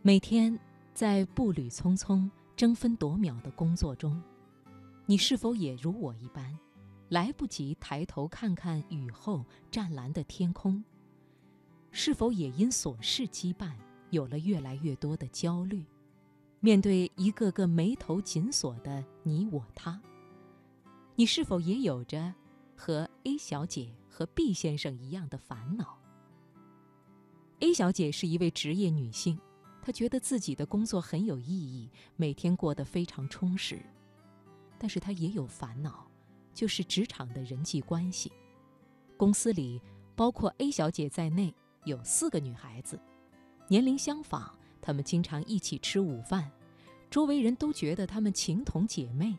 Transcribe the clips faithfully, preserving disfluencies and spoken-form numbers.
每天在步履匆匆、争分夺秒的工作中，你是否也如我一般，来不及抬头看看雨后湛蓝的天空？是否也因琐事羁绊，有了越来越多的焦虑？面对一个个眉头紧锁的你我他，你是否也有着和 A 小姐和 B 先生一样的烦恼？ A 小姐是一位职业女性，她觉得自己的工作很有意义，每天过得非常充实。但是她也有烦恼，就是职场的人际关系。公司里包括 A 小姐在内有四个女孩子，年龄相仿，她们经常一起吃午饭，周围人都觉得她们情同姐妹。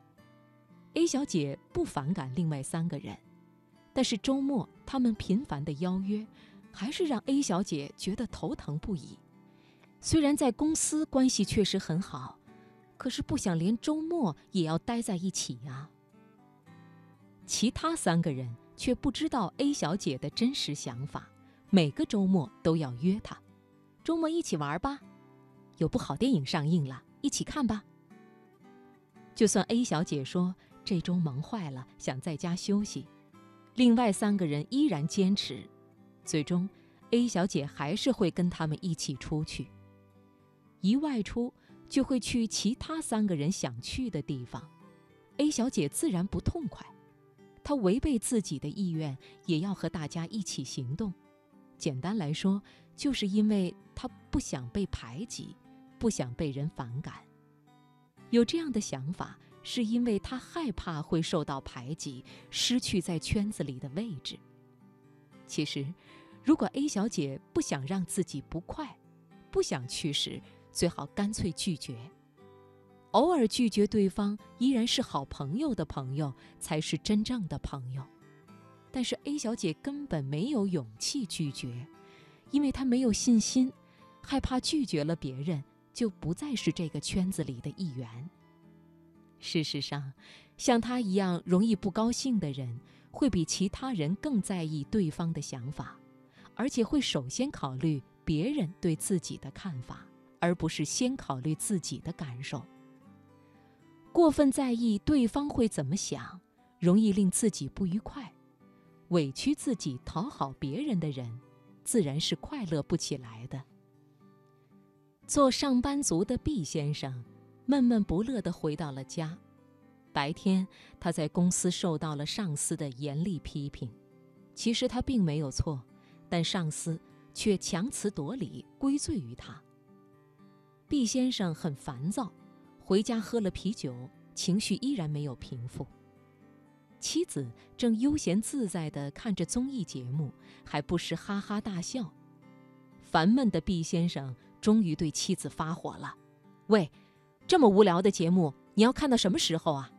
A 小姐不反感另外三个人，但是周末她们频繁的邀约，还是让 A 小姐觉得头疼不已。虽然在公司关系确实很好，可是不想连周末也要待在一起呀。其他三个人却不知道 A 小姐的真实想法，每个周末都要约她，周末一起玩吧，有部好电影上映了，一起看吧。就算 A 小姐说这周忙坏了，想在家休息，另外三个人依然坚持，最终 A 小姐还是会跟他们一起出去。一外出就会去其他三个人想去的地方， A 小姐自然不痛快，她违背自己的意愿也要和大家一起行动。简单来说，就是因为她不想被排挤，不想被人反感。有这样的想法，是因为她害怕会受到排挤，失去在圈子里的位置。其实，如果 A 小姐不想让自己不快，不想去时，最好干脆拒绝。偶尔拒绝对方依然是好朋友的朋友，才是真正的朋友。但是 A 小姐根本没有勇气拒绝，因为她没有信心，害怕拒绝了别人，就不再是这个圈子里的一员。事实上，像她一样容易不高兴的人，会比其他人更在意对方的想法，而且会首先考虑别人对自己的看法，而不是先考虑自己的感受。过分在意对方会怎么想，容易令自己不愉快。委屈自己讨好别人的人，自然是快乐不起来的。做上班族的 B 先生闷闷不乐地回到了家。白天他在公司受到了上司的严厉批评，其实他并没有错，但上司却强词夺理，归罪于他。B 先生很烦躁，回家喝了啤酒，情绪依然没有平复。妻子正悠闲自在地看着综艺节目，还不时哈哈大笑。烦闷的 B 先生终于对妻子发火了：喂，这么无聊的节目，你要看到什么时候啊？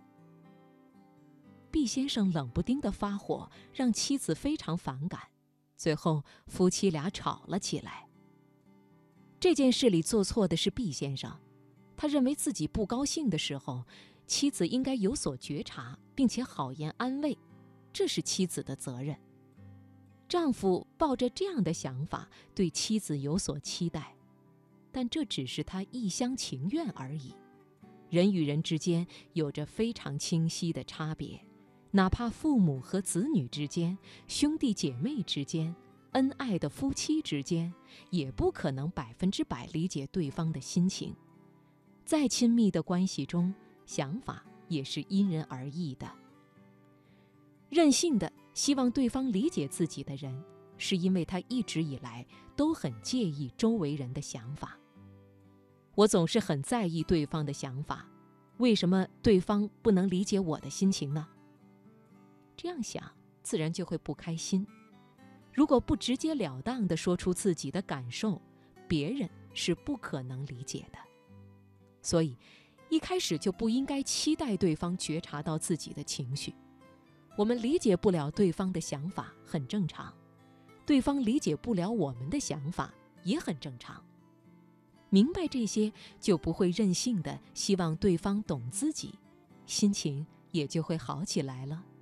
B 先生冷不丁的发火，让妻子非常反感，最后夫妻俩吵了起来。这件事里做错的是 B 先生，他认为自己不高兴的时候，妻子应该有所觉察，并且好言安慰，这是妻子的责任。丈夫抱着这样的想法，对妻子有所期待，但这只是他一厢情愿而已。人与人之间有着非常清晰的差别，哪怕父母和子女之间、兄弟姐妹之间、恩爱的夫妻之间，也不可能百分之百理解对方的心情。再亲密的关系中，想法也是因人而异的。任性的希望对方理解自己的人，是因为他一直以来都很介意周围人的想法。我总是很在意对方的想法，为什么对方不能理解我的心情呢？这样想，自然就会不开心。如果不直截了当地说出自己的感受，别人是不可能理解的。所以，一开始就不应该期待对方觉察到自己的情绪。我们理解不了对方的想法，很正常；对方理解不了我们的想法，也很正常。明白这些，就不会任性地希望对方懂自己，心情也就会好起来了。